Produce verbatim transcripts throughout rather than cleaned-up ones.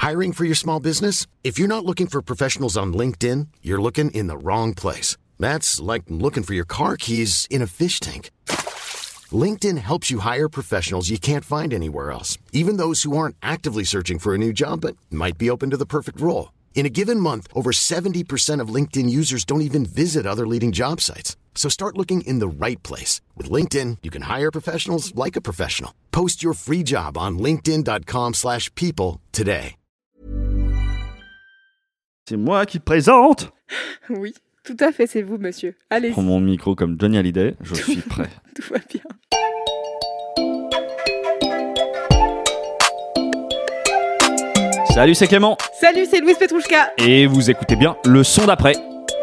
Hiring for your small business? If you're not looking for professionals on LinkedIn, you're looking in the wrong place. That's like looking for your car keys in a fish tank. LinkedIn helps you hire professionals you can't find anywhere else, even those who aren't actively searching for a new job but might be open to the perfect role. In a given month, over seventy percent of LinkedIn users don't even visit other leading job sites. So start looking in the right place. With LinkedIn, you can hire professionals like a professional. Post your free job on linkedin.com slash people today. C'est moi qui présente. Oui, tout à fait, c'est vous, monsieur. Allez-y. Je prends mon micro comme Johnny Hallyday, je suis prêt. Tout va bien. Salut, c'est Clément. Salut, c'est Louise Petrouchka. Et vous écoutez bien le son d'après.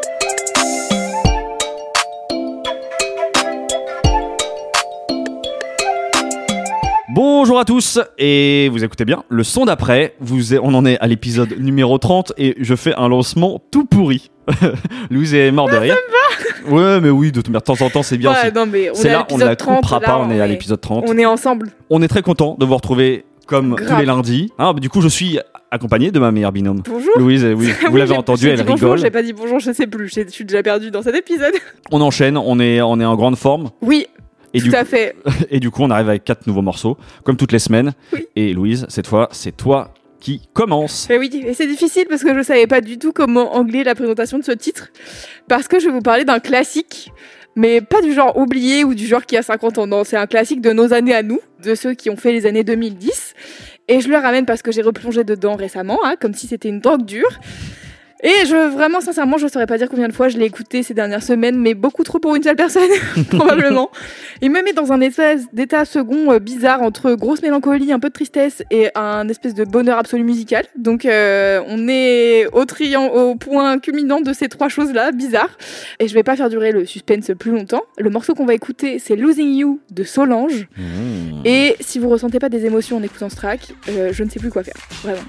Bonjour à tous, et vous écoutez bien le son d'après. Vous, on en est à l'épisode numéro trente et je fais un lancement tout pourri. Louise est morte derrière. Ça me va. Ouais, mais oui, de, de temps en temps, c'est bien. Ouais, c'est non, mais on c'est est là, à on ne la trente, coupera là, pas, on est à est... l'épisode trente. On est ensemble. On est très content de vous retrouver comme Grave. tous les lundis. Ah, bah, du coup, je suis accompagné de ma meilleure binôme. Bonjour. Louise, oui, vous Oui, l'avez j'ai, entendu, j'ai elle dit rigole. Bonjour, j'ai pas dit bonjour, je sais plus. J'ai, je suis déjà perdue dans cet épisode. On enchaîne, on est, on est en grande forme. Oui. Et Tout du à coup, fait. Et du coup, on arrive avec quatre nouveaux morceaux, comme toutes les semaines. Oui. Et Louise, cette fois, c'est toi qui commence. Mais oui, et c'est difficile parce que je savais pas du tout comment angler la présentation de ce titre. Parce que je vais vous parler d'un classique, mais pas du genre oublié ou du genre qui a cinquante ans. Non, c'est un classique de nos années à nous, de ceux qui ont fait les années deux mille dix. Et je le ramène parce que j'ai replongé dedans récemment, hein, comme si c'était une drogue dure. Et je, vraiment, sincèrement, je saurais pas dire combien de fois je l'ai écouté ces dernières semaines, mais beaucoup trop pour une seule personne, probablement. Il me met dans un espèce d'état second euh, bizarre entre grosse mélancolie, un peu de tristesse et un espèce de bonheur absolu musical. Donc, euh, on est au triangle, au point culminant de ces trois choses-là, bizarres. Et je vais pas faire durer le suspense plus longtemps. Le morceau qu'on va écouter, c'est Losing You de Solange. Mmh. Et si vous ressentez pas des émotions en écoutant ce track, euh, je ne sais plus quoi faire. Vraiment.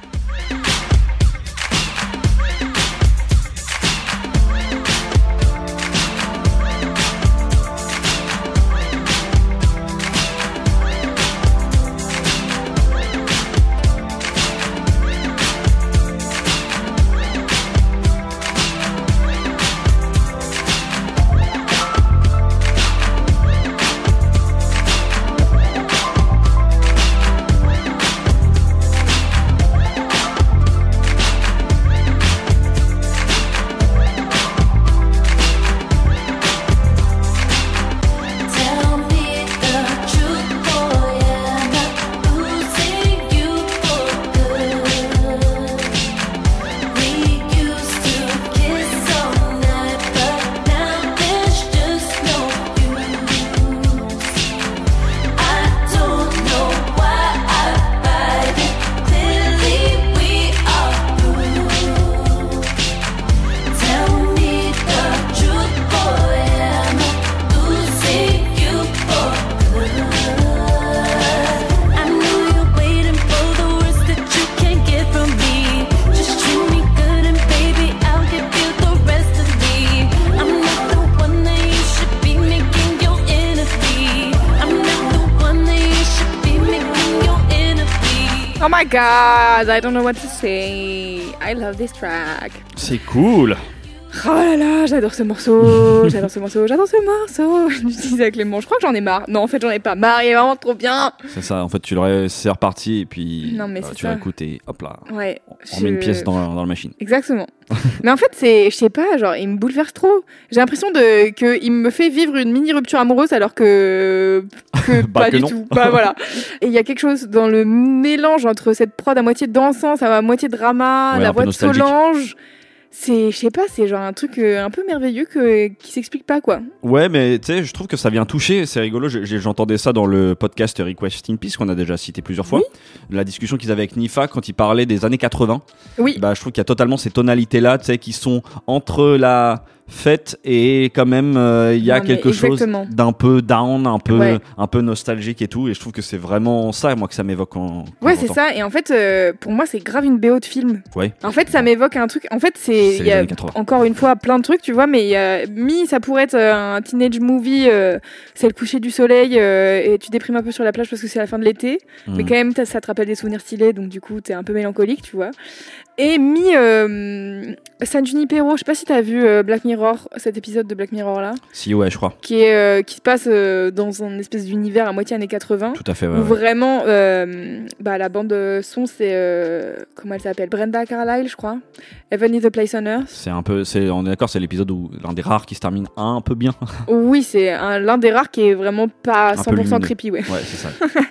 Oh my god, I don't know what to say. I love this track. C'est cool. Oh là là, j'adore ce morceau, j'adore ce morceau, j'adore ce morceau. Je disais à Clément, je crois que j'en ai marre. Non, en fait, j'en ai pas marre, il est vraiment trop bien. C'est ça, en fait, tu l'aurais, c'est reparti et puis non, mais bah, c'est tu ça. réécoutes et hop là, ouais, on je... met une pièce dans, dans la machine. Exactement. Mais en fait, c'est, je sais pas, genre, il me bouleverse trop. J'ai l'impression de qu'il me fait vivre une mini rupture amoureuse alors que, que bah, pas que du non. tout. Bah voilà. Et il y a quelque chose dans le mélange entre cette prod à moitié dansante, à moitié drama, Ouais, la un peu voix de nostalgique. Solange. C'est, je sais pas, c'est genre un truc euh, un peu merveilleux que, qui s'explique pas, quoi. Ouais, mais tu sais, je trouve que ça vient toucher, c'est rigolo, j'ai- j'ai- j'entendais ça dans le podcast Request in Peace qu'on a déjà cité plusieurs fois, Oui. la discussion qu'ils avaient avec Nifa quand ils parlaient des années quatre-vingts. Oui. Bah, je trouve qu'il y a totalement ces tonalités-là, tu sais, qui sont entre la faite et quand même il euh, y a non, quelque chose d'un peu down, un peu, ouais. un peu nostalgique et tout. Et je trouve que c'est vraiment ça, moi, que ça m'évoque en. Ouais, c'est ça. Et en fait, euh, pour moi, c'est grave une B O de film. Ouais. En fait, ça m'évoque un truc. En fait, c'est. Il y a encore une fois plein de trucs, tu vois, mais il y a mi, ça pourrait être un teenage movie. Euh, c'est le coucher du soleil euh, et tu déprimes un peu sur la plage parce que c'est la fin de l'été. Mmh. Mais quand même, ça te rappelle des souvenirs stylés, donc du coup, t'es un peu mélancolique, tu vois. Et mi euh, San Junipero, je sais pas si t'as vu euh, Black Mirror, cet épisode de Black Mirror là. Si, ouais, je crois. Qui est euh, qui se passe euh, dans un espèce d'univers à moitié années quatre-vingts. Tout à fait. Ouais, où ouais. vraiment, euh, bah la bande son c'est euh, comment elle s'appelle, Brenda Carlile, je crois. Heaven is a Place on Earth. C'est un peu, c'est, on est d'accord, c'est l'épisode où l'un des rares qui se termine un peu bien. Oui, c'est un, l'un des rares qui est vraiment pas cent pour cent creepy, ouais. Ouais, c'est ça.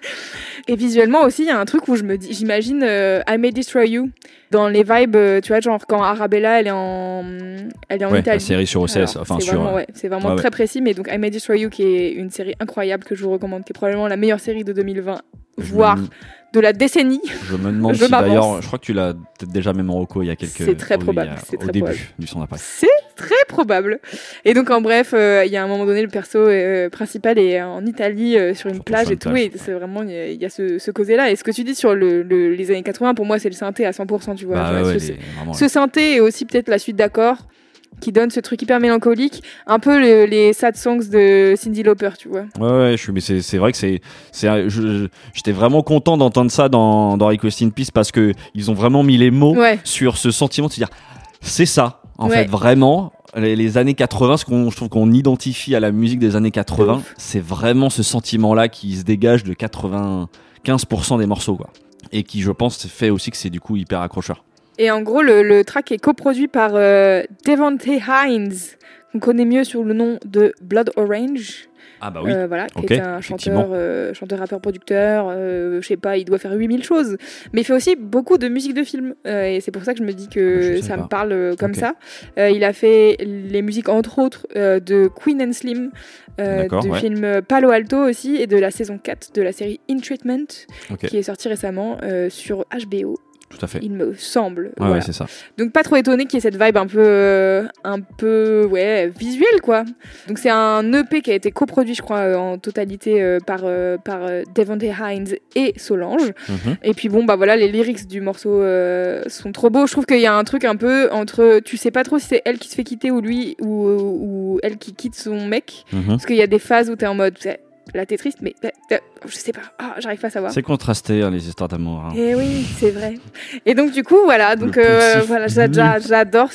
Et visuellement aussi, il y a un truc où je me dis, j'imagine euh, I May Destroy You dans les vibes, euh, tu vois, genre quand Arabella elle est en, elle est en ouais, Italie. La série sur O C S, Alors, enfin c'est sur. Vraiment, ouais, c'est vraiment ouais, très ouais. précis, mais donc I May Destroy You qui est une série incroyable que je vous recommande, qui est probablement la meilleure série de deux mille vingt, je voire me... de la décennie. Je me demande je si m'avance. D'ailleurs, je crois que tu l'as peut-être déjà même en reco il y a quelques. C'est très probable. Oui, c'est au très début probable. du son d'après. C'est très probable. Et donc en bref, il euh, y a un moment donné, le perso euh, principal est en Italie euh, sur une sur plage et tout, plage, et c'est vraiment il y, y a ce, ce causé-là. Et ce que tu dis sur le, le, les années quatre-vingts, pour moi, c'est le synthé à cent pour cent, tu vois. Bah, genre, ouais, ce, les, vraiment, ce ouais. synthé et aussi peut-être la suite d'accords qui donne ce truc hyper mélancolique, un peu le, les sad songs de Cyndi Lauper, tu vois. Ouais, ouais, je suis, mais c'est, c'est vrai que c'est, c'est, je, je, j'étais vraiment content d'entendre ça dans, dans Request in Peace parce que ils ont vraiment mis les mots ouais. sur ce sentiment de se dire, c'est ça, en ouais. fait, vraiment. Les, les années quatre-vingts, ce qu'on, je trouve qu'on identifie à la musique des années quatre-vingts, c'est vraiment ce sentiment-là qui se dégage de quatre-vingt-quinze pour cent des morceaux, quoi. Et qui, je pense, fait aussi que c'est du coup hyper accrocheur. Et en gros, le, le track est coproduit par euh, Devonte Hines, qu'on connaît mieux sous le nom de Blood Orange. Ah bah oui. Euh, voilà, okay, qui est un chanteur, euh, chanteur, rappeur, producteur. Euh, je sais pas, il doit faire huit mille choses. Mais il fait aussi beaucoup de musique de film. Euh, et c'est pour ça que je me dis que ah bah ça me parle euh, comme okay. ça. Euh, il a fait les musiques, entre autres, euh, de Queen and Slim, euh, du ouais. film Palo Alto aussi, et de la saison quatre de la série In Treatment, okay. qui est sortie récemment euh, sur H B O. Tout à fait. Il me semble. Ouais, voilà. ouais, c'est ça. Donc pas trop étonné qu'il y ait cette vibe un peu, euh, un peu, ouais, visuelle quoi. Donc c'est un E P qui a été coproduit, je crois, euh, en totalité euh, par euh, par euh, Devonte Hines et Solange. Mm-hmm. Et puis bon bah voilà, les lyrics du morceau euh, sont trop beaux. Je trouve qu'il y a un truc un peu entre, tu sais pas trop si c'est elle qui se fait quitter ou lui ou ou elle qui quitte son mec. Mm-hmm. Parce qu'il y a des phases où t'es en mode là t'es triste, mais euh, je sais pas, oh, j'arrive pas à savoir. C'est contrasté hein, les histoires d'amour. Hein. Et oui, c'est vrai. Et donc du coup voilà, donc euh, voilà, j'a, j'adore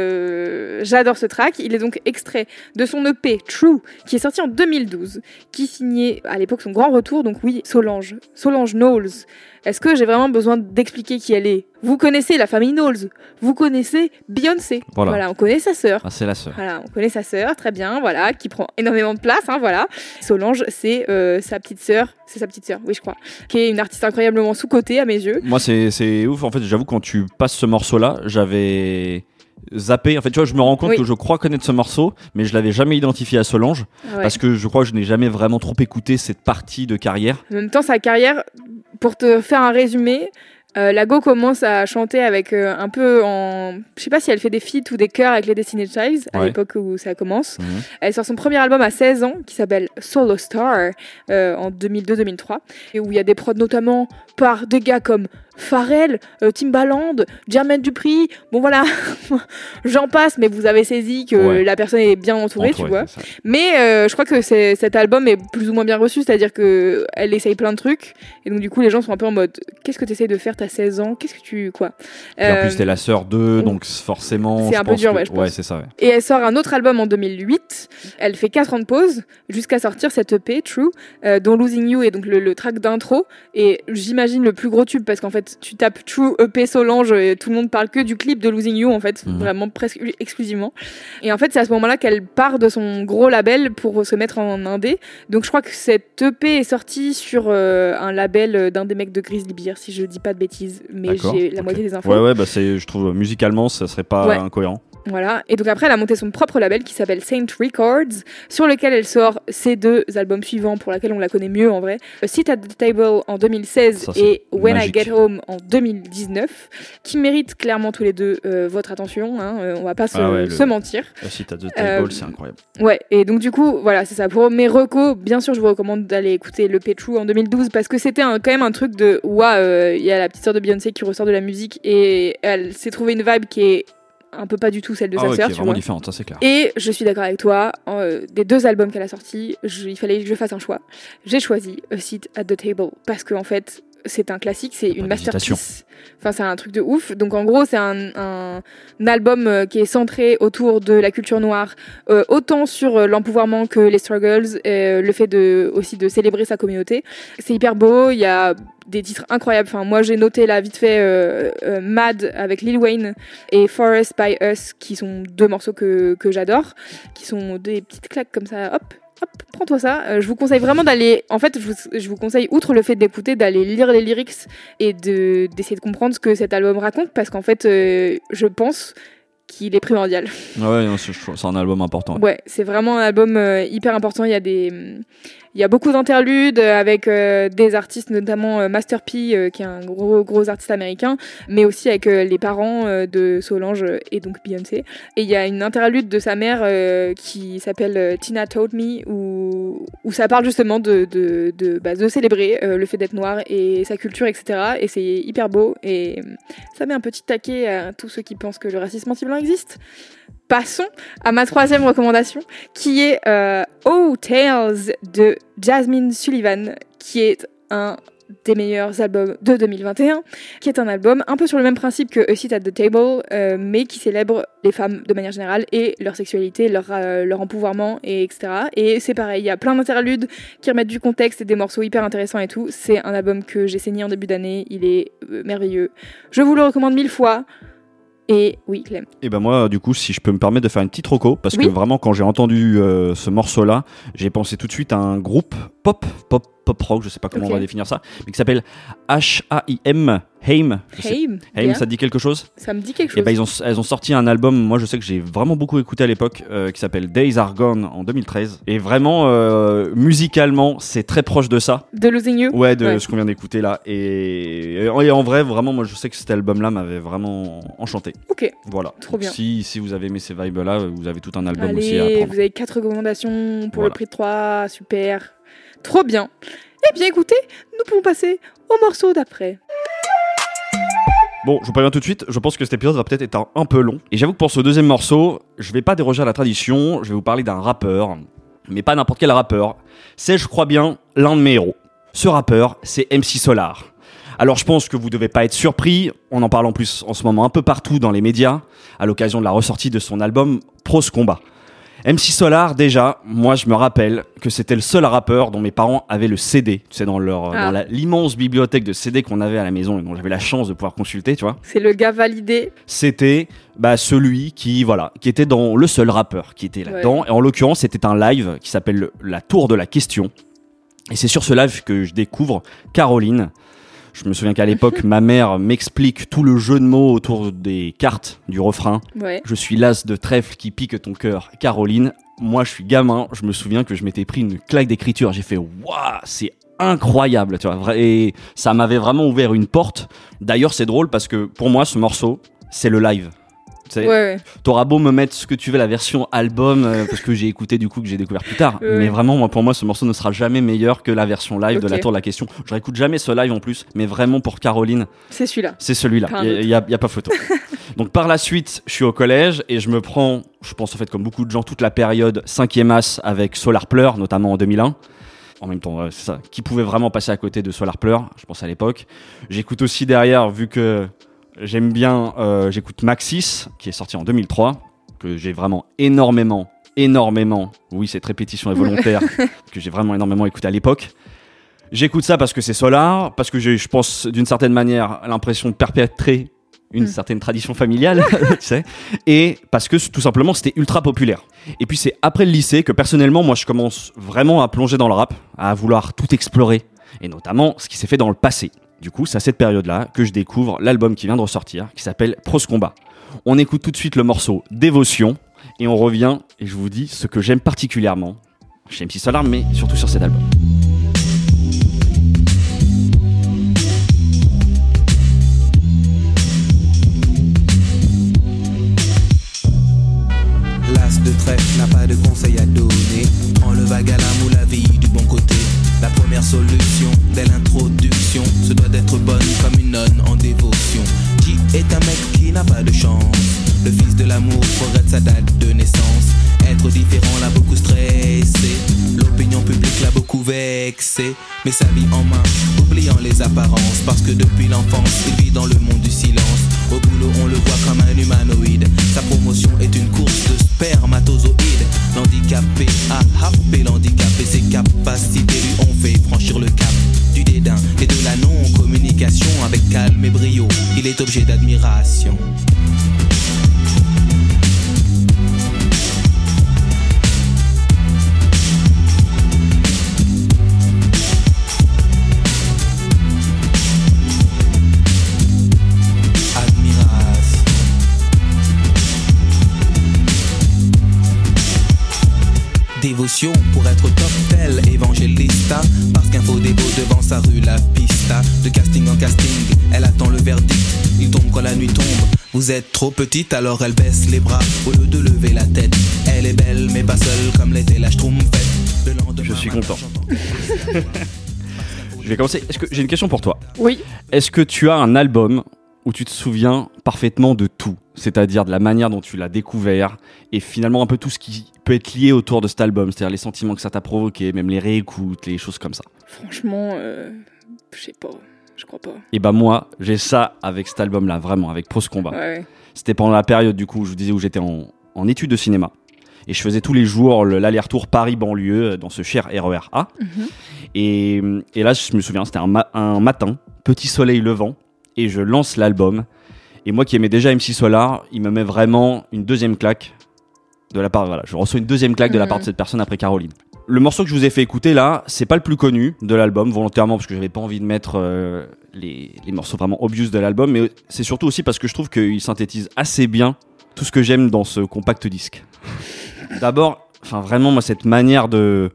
ce, j'adore ce track. Il est donc extrait de son E P True, qui est sorti en deux mille douze, qui signait à l'époque son grand retour. Donc oui, Solange, Solange Knowles. Est-ce que j'ai vraiment besoin d'expliquer qui elle est ? Vous connaissez la famille Knowles, vous connaissez Beyoncé. Voilà, voilà on connaît sa sœur. Ah, c'est la sœur. Voilà, on connaît sa sœur, très bien, voilà, qui prend énormément de place, hein, voilà. Solange, c'est euh, sa petite sœur, c'est sa petite sœur, oui je crois, qui est une artiste incroyablement sous-cotée à mes yeux. Moi c'est c'est ouf, en fait, j'avoue quand tu passes ce morceau-là, j'avais zappé. En fait, tu vois, je me rends compte oui. que je crois connaître ce morceau, mais je l'avais jamais identifié à Solange, ouais. parce que je crois que je n'ai jamais vraiment trop écouté cette partie de carrière. En même temps, sa carrière, pour te faire un résumé, euh, la Go commence à chanter avec euh, un peu en... Je sais pas si elle fait des feats ou des chœurs avec les Destiny's Child, à ouais. l'époque où ça commence. Mmh. Elle sort son premier album à seize ans, qui s'appelle Solo Star, euh, en deux mille deux deux mille trois, et où il y a des prods notamment par des gars comme Pharrell, euh, Timbaland, Jermaine Dupri, bon voilà, j'en passe, mais vous avez saisi que ouais. la personne est bien entourée, Entouré, tu vois. Mais euh, je crois que c'est, cet album est plus ou moins bien reçu, c'est-à-dire que elle essaye plein de trucs, et donc du coup les gens sont un peu en mode, qu'est-ce que tu essayes de faire, t'as seize ans, qu'est-ce que tu... quoi et euh, en plus t'es la sœur d'eux, donc forcément... C'est un peu dur, que... ouais, je pense. Ouais, c'est ça, ouais. Et elle sort un autre album en deux mille huit, elle fait quatre ans de pause, jusqu'à sortir cette E P, True, euh, dont Losing You est donc le, le track d'intro, et j'imagine le plus gros tube, parce qu'en fait, tu tapes True E P Solange et tout le monde parle que du clip de Losing You en fait, mmh. vraiment presque exclusivement. Et en fait, c'est à ce moment-là qu'elle part de son gros label pour se mettre en indé. Donc je crois que cette E P est sortie sur euh, un label d'un des mecs de Grizzly Bear, si je dis pas de bêtises, mais D'accord. j'ai la okay. moitié des infos. Ouais ouais, bah c'est, je trouve musicalement ça serait pas ouais. incohérent. Voilà. Et donc après, elle a monté son propre label qui s'appelle Saint Records, sur lequel elle sort ses deux albums suivants, pour lesquels on la connaît mieux en vrai. A Seat at the Table en deux mille seize Ça, et When magique. I Get Home en deux mille dix-neuf, qui méritent clairement tous les deux euh, votre attention. Hein. Euh, on va pas se, Ah ouais, le- se mentir. A Seat at the Table, Euh, c'est incroyable. Ouais, et donc du coup, voilà, c'est ça. Pour mes recos, bien sûr, je vous recommande d'aller écouter le True en deux mille douze parce que c'était un, quand même un truc de ouah, euh, il y a la petite sœur de Beyoncé qui ressort de la musique et elle s'est trouvée une vibe qui est un peu pas du tout celle de Ah sa ouais, sœur, qui est tu vraiment vois. différente, ça c'est clair. Et je suis d'accord avec toi, euh, des deux albums qu'elle a sortis, je- il fallait que je fasse un choix. J'ai choisi A Seat at the Table parce que en fait, c'est un classique, c'est une Pas d'hésitation. masterpiece. Enfin, c'est un truc de ouf. Donc en gros, c'est un, un, un album euh, qui est centré autour de la culture noire, euh, autant sur euh, l'empouvoirment que les struggles, et, euh, le fait de aussi de célébrer sa communauté. C'est hyper beau, il y a des titres incroyables. Enfin, moi, j'ai noté là vite fait euh, euh, Mad avec Lil Wayne et Forest by Us, qui sont deux morceaux que, que j'adore, qui sont des petites claques comme ça, hop. Hop, prends-toi ça. Euh, je vous conseille vraiment d'aller. En fait, je vous, je vous conseille, outre le fait d'écouter, d'aller lire les lyrics et de, d'essayer de comprendre ce que cet album raconte, parce qu'en fait, euh, je pense qu'il est primordial. Ah ouais, non, c'est, c'est un album important. Ouais. Ouais, c'est vraiment un album euh, hyper important. Il y a des, il y a beaucoup d'interludes avec euh, des artistes, notamment euh, Master P, euh, qui est un gros gros artiste américain, mais aussi avec euh, les parents euh, de Solange et donc Beyoncé. Et il y a une interlude de sa mère euh, qui s'appelle euh, Tina Told Me, où où ça parle justement de de de, bah, de célébrer euh, le fait d'être noir et sa culture, et cetera. Et c'est hyper beau et ça met un petit taquet à tous ceux qui pensent que le racisme anti-blanc existe. Passons à ma troisième recommandation, qui est euh, Oh Tales de Jasmine Sullivan, qui est un des meilleurs albums de deux mille vingt et un, qui est un album un peu sur le même principe que A Seat at the Table, euh, mais qui célèbre les femmes de manière générale et leur sexualité, leur, euh, leur empouvoirment, et etc. Et c'est pareil, il y a plein d'interludes qui remettent du contexte et des morceaux hyper intéressants et tout. C'est un album que j'ai saigné en début d'année, il est euh, merveilleux. Je vous le recommande mille fois. Et oui, Clem. Et ben moi, du coup, si je peux me permettre de faire une petite reco, parce Oui. que vraiment, quand j'ai entendu euh, ce morceau-là, j'ai pensé tout de suite à un groupe pop, pop, pop rock, je sais pas comment Ok. on va définir ça, mais qui s'appelle H A I M, Haim. Je sais- Haim, Haim, bien. ça te dit quelque chose? Ça me dit quelque Et chose. ben ils ont, elles ont sorti un album, moi je sais que j'ai vraiment beaucoup écouté à l'époque, euh, qui s'appelle Days Are Gone en deux mille treize. Et vraiment, euh, musicalement, c'est très proche de ça. De Losing You. Ouais, de Ouais. ce qu'on vient d'écouter là. Et, et en vrai, vraiment, moi je sais que cet album-là m'avait vraiment enchanté. Ok. Voilà. Trop Donc, bien. Si, si vous avez aimé ces vibes-là, vous avez tout un album aussi à Allez, apprendre. vous avez quatre recommandations pour Voilà. le prix de trois. Super. Trop bien. Eh bien, écoutez, nous pouvons passer au morceau d'après. Bon, je vous préviens tout de suite, je pense que cet épisode va peut-être être un, un peu long. Et j'avoue que pour ce deuxième morceau, je vais pas déroger à la tradition, je vais vous parler d'un rappeur, mais pas n'importe quel rappeur. C'est, je crois bien, l'un de mes héros. Ce rappeur, c'est M C Solar. Alors je pense que vous devez pas être surpris, on en parle en plus en ce moment un peu partout dans les médias, à l'occasion de la ressortie de son album Prose Combat. M C Solar, déjà, moi je me rappelle que c'était le seul rappeur dont mes parents avaient le C D, tu sais, dans, leur, Ah. dans la- l'immense bibliothèque de C D qu'on avait à la maison et dont j'avais la chance de pouvoir consulter, tu vois. C'est le gars validé. C'était bah, celui qui, voilà, qui était dans le seul rappeur qui était là-dedans. Et en l'occurrence, c'était un live qui s'appelle le- La Tour de la Question. Et c'est sur ce live que je découvre Caroline. Je me souviens qu'à l'époque, ma mère m'explique tout le jeu de mots autour des cartes du refrain. Ouais. Je suis l'as de trèfle qui pique ton cœur, Caroline. Moi, je suis gamin. Je me souviens que je m'étais pris une claque d'écriture. J'ai fait, waouh, c'est incroyable, tu vois. Vra- Et ça m'avait vraiment ouvert une porte. D'ailleurs, c'est drôle parce que pour moi, ce morceau, c'est le live. Tu sais, Ouais, ouais. t'auras beau me mettre ce que tu veux, la version album, euh, parce que j'ai écouté du coup, que j'ai découvert plus tard. Ouais. Mais vraiment, moi, pour moi, ce morceau ne sera jamais meilleur que la version live de Ok. La Tour de la Question. Je réécoute jamais ce live en plus, mais vraiment pour Caroline, C'est celui-là. c'est celui-là. Pas un Il autre. n'y a, y a pas photo. Donc par la suite, je suis au collège et je me prends, je pense en fait comme beaucoup de gens, toute la période cinquième As avec Solar Pleur, notamment en deux mille un. En même temps, euh, c'est ça. Qui pouvait vraiment passer à côté de Solar Pleur, je pense à l'époque. J'écoute aussi derrière, vu que j'aime bien, euh, j'écoute Maxis, qui est sorti en deux mille trois, que j'ai vraiment énormément, énormément, oui cette répétition est volontaire, que j'ai vraiment énormément écouté à l'époque. J'écoute ça parce que c'est Solar, parce que j'ai, je pense, d'une certaine manière, l'impression de perpétrer une Mm. certaine tradition familiale, tu sais, et parce que tout simplement c'était ultra populaire. Et puis c'est après le lycée que personnellement, moi je commence vraiment à plonger dans le rap, à vouloir tout explorer, et notamment ce qui s'est fait dans le passé. du coup, c'est à cette période-là que je découvre l'album qui vient de ressortir, qui s'appelle Prose Combat. On écoute tout de suite le morceau Dévotion, et on revient, et je vous dis ce que j'aime particulièrement chez M C Solar, mais surtout sur cet album. L'as de trèfle n'a pas de conseil à donner. Prends le vague à l'âme ou la vie du bon côté. La première solution dès l'introduction se doit d'être bonne comme une nonne en dévotion. Qui est un mec qui n'a pas de chance? Le fils de l'amour regrette sa date de naissance. Être différent l'a beaucoup stressé. L'opinion publique l'a beaucoup vexé. Mais sa vie en main, oubliant les apparences. Parce que depuis l'enfance, il vit dans le monde du silence. Au boulot, on le voit comme un humanoïde. Sa promotion est une course de spermatozoïdes. L'handicapé a happé l'handicapé. Ses capacités lui ont fait franchir le cap du dédain et de la non-communication. Avec calme et brio, il est objet d'admiration. Dévotion pour être top tel évangélista. Parce qu'un faux dévot devant sa rue la pista. De casting en casting, elle attend le verdict. Il tombe quand la nuit tombe. Vous êtes trop petite alors elle baisse les bras au lieu de lever la tête. Elle est belle mais pas seule comme l'était la Schtroumpfette. Le lendemain, Je suis content. Je vais commencer. Est-ce que j'ai une question pour toi? Oui. Est-ce que tu as un album où tu te souviens parfaitement de tout, c'est-à-dire de la manière dont tu l'as découvert et finalement un peu tout ce qui peut être lié autour de cet album, c'est-à-dire les sentiments que ça t'a provoqué, même les réécoutes, les choses comme ça? Franchement, euh, je sais pas, je crois pas. Et bah moi, j'ai ça avec cet album-là, vraiment, avec Prose Combat. Ouais, ouais. C'était pendant la période, du coup, je vous disais, où j'étais en, en études de cinéma. Et je faisais tous les jours le, l'aller-retour Paris-Banlieue dans ce cher R E R A. Mm-hmm. Et, et là, je me souviens, c'était un, ma- un matin, petit soleil levant, et je lance l'album. Et moi qui aimais déjà M C Solar, il me met vraiment une deuxième claque de la part. Voilà, je reçois une deuxième claque mmh. de la part de cette personne après Caroline. Le morceau que je vous ai fait écouter là, c'est pas le plus connu de l'album, volontairement, parce que j'avais pas envie de mettre euh, les, les morceaux vraiment obvious de l'album, mais c'est surtout aussi parce que je trouve qu'il synthétise assez bien tout ce que j'aime dans ce compact disque. D'abord, enfin vraiment, moi, cette manière de,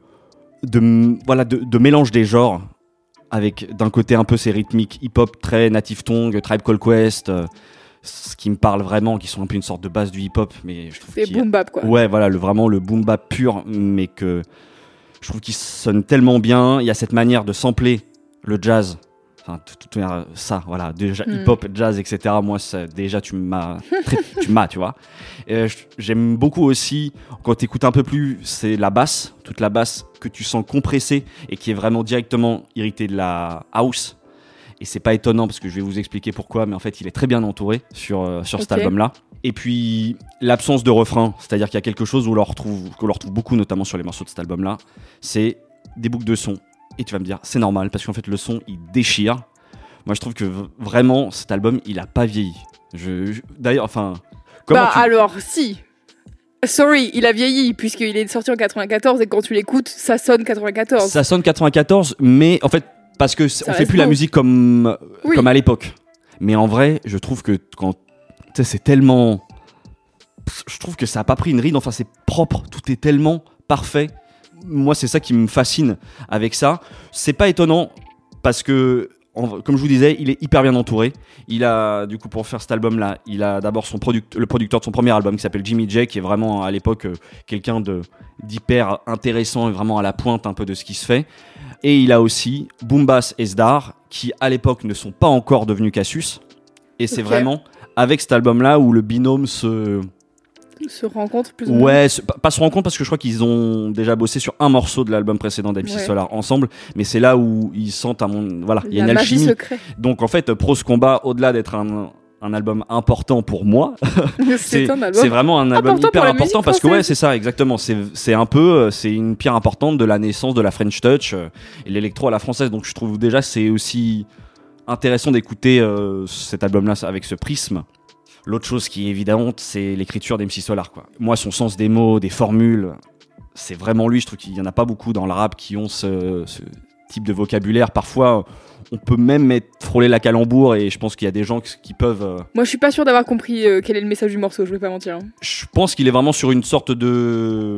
de, voilà, de, de mélange des genres, avec d'un côté un peu ces rythmiques hip-hop très Native Tongue, Tribe Called Quest, euh, ce qui me parle vraiment, qui sont un peu une sorte de base du hip-hop, mais je trouve c'est qu'il boom bap quoi. Ouais, voilà, le, vraiment le boom bap pur, mais que je trouve qu'il sonne tellement bien. Il y a cette manière de sampler le jazz, enfin tout, tout, ça, voilà, déjà mm. hip-hop, jazz, et cetera. Moi, ça, déjà tu m'as, très, tu m'as, tu vois. Et, j'aime beaucoup aussi quand tu écoutes un peu plus, c'est la basse, toute la basse que tu sens compressée et qui est vraiment directement héritée de la house. Et c'est pas étonnant parce que je vais vous expliquer pourquoi, mais en fait il est très bien entouré sur, euh, sur okay. cet album-là. Et puis l'absence de refrain, c'est-à-dire qu'il y a quelque chose où on le retrouve, qu'on le retrouve beaucoup, notamment sur les morceaux de cet album-là, c'est des boucles de son. Et tu vas me dire, c'est normal parce qu'en fait le son il déchire. Moi je trouve que v- vraiment cet album il a pas vieilli. Je, je, d'ailleurs, enfin. Bah tu... alors si. Sorry, il a vieilli puisqu'il est sorti en quatre-vingt-quatorze et quand tu l'écoutes, ça sonne quatre-vingt-quatorze. Ça sonne quatre-vingt-quatorze, mais en fait. Parce que on fait plus beau. La musique comme oui. comme à l'époque. Mais en vrai, je trouve que quand tu sais c'est tellement je trouve que ça a pas pris une ride, enfin c'est propre, tout est tellement parfait. Moi, c'est ça qui me fascine avec ça. C'est pas étonnant parce que en, comme je vous disais, il est hyper bien entouré. Il a du coup pour faire cet album là, il a d'abord son product, le producteur de son premier album qui s'appelle Jimmy J, qui est vraiment à l'époque euh, quelqu'un de d'hyper intéressant et vraiment à la pointe un peu de ce qui se fait. Et il a aussi Boombass et Zdar, qui à l'époque ne sont pas encore devenus Cassius. Et c'est okay. vraiment avec cet album-là où le binôme se... se rencontre plus ou moins. Ouais, se, pas, pas se rencontre parce que je crois qu'ils ont déjà bossé sur un morceau de l'album précédent d'M C ouais. Solar ensemble. Mais c'est là où ils sentent, à mon... voilà, il y a une alchimie. Secret. Donc en fait, Prose Combat, au-delà d'être un... un album important pour moi. c'est, c'est, un album c'est vraiment un album important hyper important parce française. que ouais, c'est ça, exactement. C'est, c'est un peu, c'est une pierre importante de la naissance de la French Touch euh, et l'électro à la française. Donc je trouve déjà c'est aussi intéressant d'écouter euh, cet album-là avec ce prisme. L'autre chose qui est évidente, c'est l'écriture d'M C Solar, quoi. Moi, son sens des mots, des formules, c'est vraiment lui. Je trouve qu'il y en a pas beaucoup dans le rap qui ont ce, ce type de vocabulaire. Parfois, on peut même être, frôler la calembour et je pense qu'il y a des gens qui, qui peuvent... Euh... Moi, je suis pas sûr d'avoir compris euh, quel est le message du morceau, je vais pas mentir. Je pense qu'il est vraiment sur une sorte de...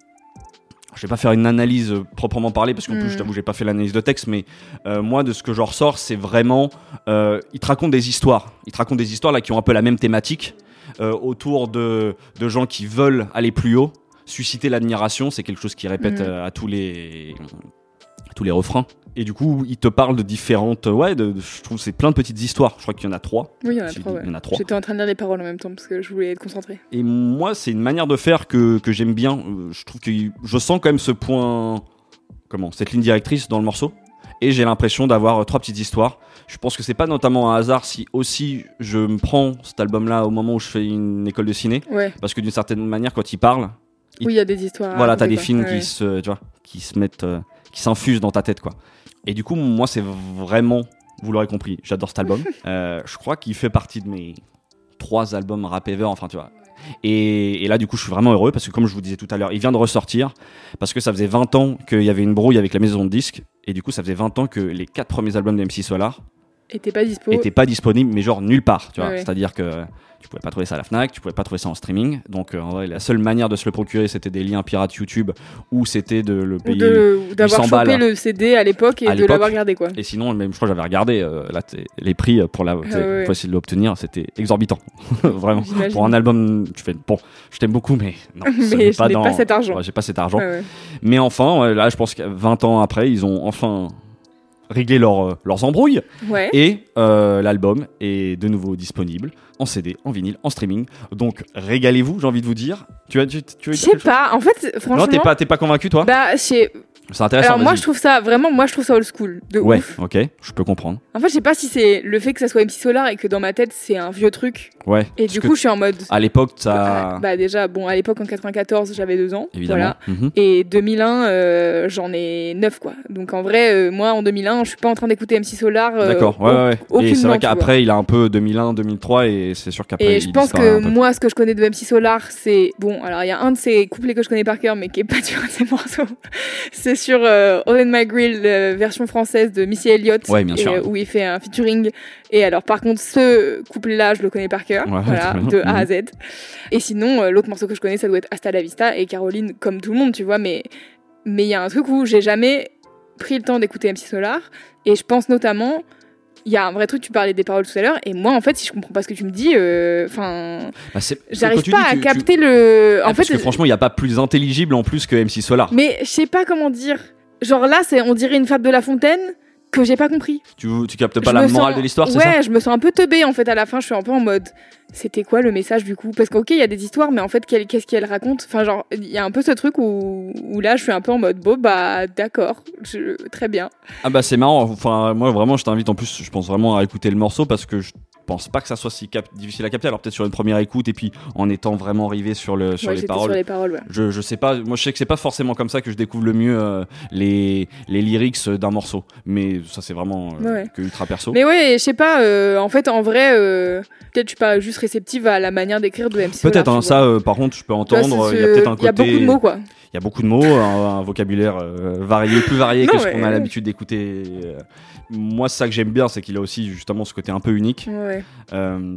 Je vais pas faire une analyse proprement parlée parce qu'en mmh. plus, je t'avoue, j'ai pas fait l'analyse de texte, mais euh, moi, de ce que j'en ressors, c'est vraiment... Euh, il te raconte des histoires. Il te raconte des histoires là, qui ont un peu la même thématique euh, autour de, de gens qui veulent aller plus haut, susciter l'admiration. C'est quelque chose qu'il répète mmh. euh, à tous les... tous les refrains. Et du coup, il te parle de différentes... Ouais, de, de, je trouve que c'est plein de petites histoires. Je crois qu'il y en a trois. Oui, il y en a, trois, ouais. il y en a trois. J'étais en train de lire les paroles en même temps parce que je voulais être concentrée. Et moi, c'est une manière de faire que, que j'aime bien. Je trouve que je sens quand même ce point... Comment ? Cette ligne directrice dans le morceau. Et j'ai l'impression d'avoir trois petites histoires. Je pense que c'est pas notamment un hasard si aussi je me prends cet album-là au moment où je fais une école de ciné. Ouais. Parce que d'une certaine manière, quand il parle... Il... Oui, il y a des histoires. Voilà, t'as des quoi. films ouais. qui, se, tu vois, qui se mettent... Euh, qui s'infusent dans ta tête, quoi. Et du coup, moi, c'est vraiment, vous l'aurez compris, j'adore cet album. euh, je crois qu'il fait partie de mes trois albums rap ever, enfin, tu vois. Et, et là, du coup, je suis vraiment heureux parce que, comme je vous disais tout à l'heure, il vient de ressortir parce que ça faisait vingt ans qu'il y avait une brouille avec la maison de disques. Et du coup, ça faisait vingt ans que les quatre premiers albums de M C Solar étaient pas dispo. étaient pas disponibles, mais genre nulle part, tu vois. Ouais. C'est-à-dire que tu pouvais pas trouver ça à la Fnac, tu pouvais pas trouver ça en streaming. Donc, euh, en vrai, la seule manière de se le procurer, c'était des liens pirates YouTube ou c'était de le payer. Ou, de, ou d'avoir chopé balles. Le C D à l'époque et à de l'époque. l'avoir gardé, quoi. Et sinon, même, je crois que j'avais regardé euh, là, les prix pour, la, ah, ouais. pour essayer de l'obtenir, c'était exorbitant. Vraiment. J'imagine. Pour un album, tu fais bon, je t'aime beaucoup, mais non, mais je pas n'ai dans... pas cet argent. Ouais, j'ai pas cet argent. Ouais, ouais. Mais enfin, ouais, là, je pense que vingt ans après, ils ont enfin régler leur, leurs embrouilles. Ouais. Et euh, l'album est de nouveau disponible en C D, en vinyle, en streaming. Donc régalez-vous, j'ai envie de vous dire. Tu as, tu, tu as Je sais pas, en fait, franchement. Non, t'es pas, t'es pas convaincu, toi ? Bah, c'est. C'est intéressant. Alors moi vas-y. je trouve ça vraiment, moi je trouve ça old school, de ouais, ouf. ok, je peux comprendre. En fait je sais pas si c'est le fait que ça soit M C Solar et que dans ma tête c'est un vieux truc. Ouais. Et du coup je suis en mode. À l'époque ça. Bah, bah déjà bon à l'époque en quatre-vingt-quatorze j'avais deux ans. Évidemment. Voilà. Mm-hmm. Et deux mille un euh, j'en ai neuf quoi. Donc en vrai euh, moi en deux mille un je suis pas en train d'écouter M C Solar. Euh, D'accord. Ouais ouais. ouais. Et c'est vrai qu'après vois. Il a un peu deux mille un, deux mille trois et c'est sûr qu'après. Et je pense que moi ce que je connais de M C Solar c'est bon alors il y a un de ces couplets que je connais par cœur mais qui est pas sur un de ces morceaux. C'est sur euh, All in My Grill, euh, version française de Missy Elliott, ouais, bien et, sûr. Euh, où il fait un featuring. Et alors, par contre, ce couplet-là, je le connais par cœur, ouais, voilà, de A à Z. Et sinon, euh, l'autre morceau que je connais, ça doit être Hasta la Vista et Caroline, comme tout le monde, tu vois. Mais mais il y a un truc où j'ai jamais pris le temps d'écouter M C Solar. Et je pense notamment. Il y a un vrai truc, tu parlais des paroles tout à l'heure, et moi, en fait, si je comprends pas ce que tu me dis, enfin, euh, bah j'arrive pas à tu, capter tu... le. En ah, fait, parce que franchement, il y a pas plus intelligible en plus que M C Solar. Mais je sais pas comment dire. Genre là, c'est, on dirait une fable de La Fontaine que j'ai pas compris. Tu, tu captes pas je la morale sens... de l'histoire, c'est ouais, ça ? Ouais, je me sens un peu teubée en fait à la fin. Je suis un peu en mode. C'était quoi le message du coup ? Parce qu'ok, il y a des histoires, mais en fait, quelle, qu'est-ce qu'elle raconte ? Enfin, genre, il y a un peu ce truc où, où là, je suis un peu en mode, bon, bah, d'accord, je... très bien. Ah bah c'est marrant. Enfin, moi vraiment, je t'invite en plus, je pense vraiment à écouter le morceau parce que je pense pas que ça soit si cap- difficile à capter. Alors peut-être sur une première écoute et puis en étant vraiment rivé sur le sur ouais, les paroles. Sur les paroles, ouais. Je je sais pas. Moi, je sais que c'est pas forcément comme ça que je découvre le mieux euh, les les lyrics d'un morceau. Mais ça, c'est vraiment euh, ouais. que ultra perso. Mais ouais, je sais pas. Euh, en fait, en vrai, euh, peut-être je suis pas juste réceptive à la manière d'écrire de M C Solar. Peut-être. Hein, ça, euh, par contre, je peux entendre. Il y a peut-être un côté. Il y a beaucoup de mots, quoi. Il y a beaucoup de mots, un, un vocabulaire euh, varié, plus varié non, que ce ouais, qu'on a ouais. l'habitude d'écouter. Euh, moi, c'est ça que j'aime bien, c'est qu'il a aussi justement ce côté un peu unique. Ouais. Euh,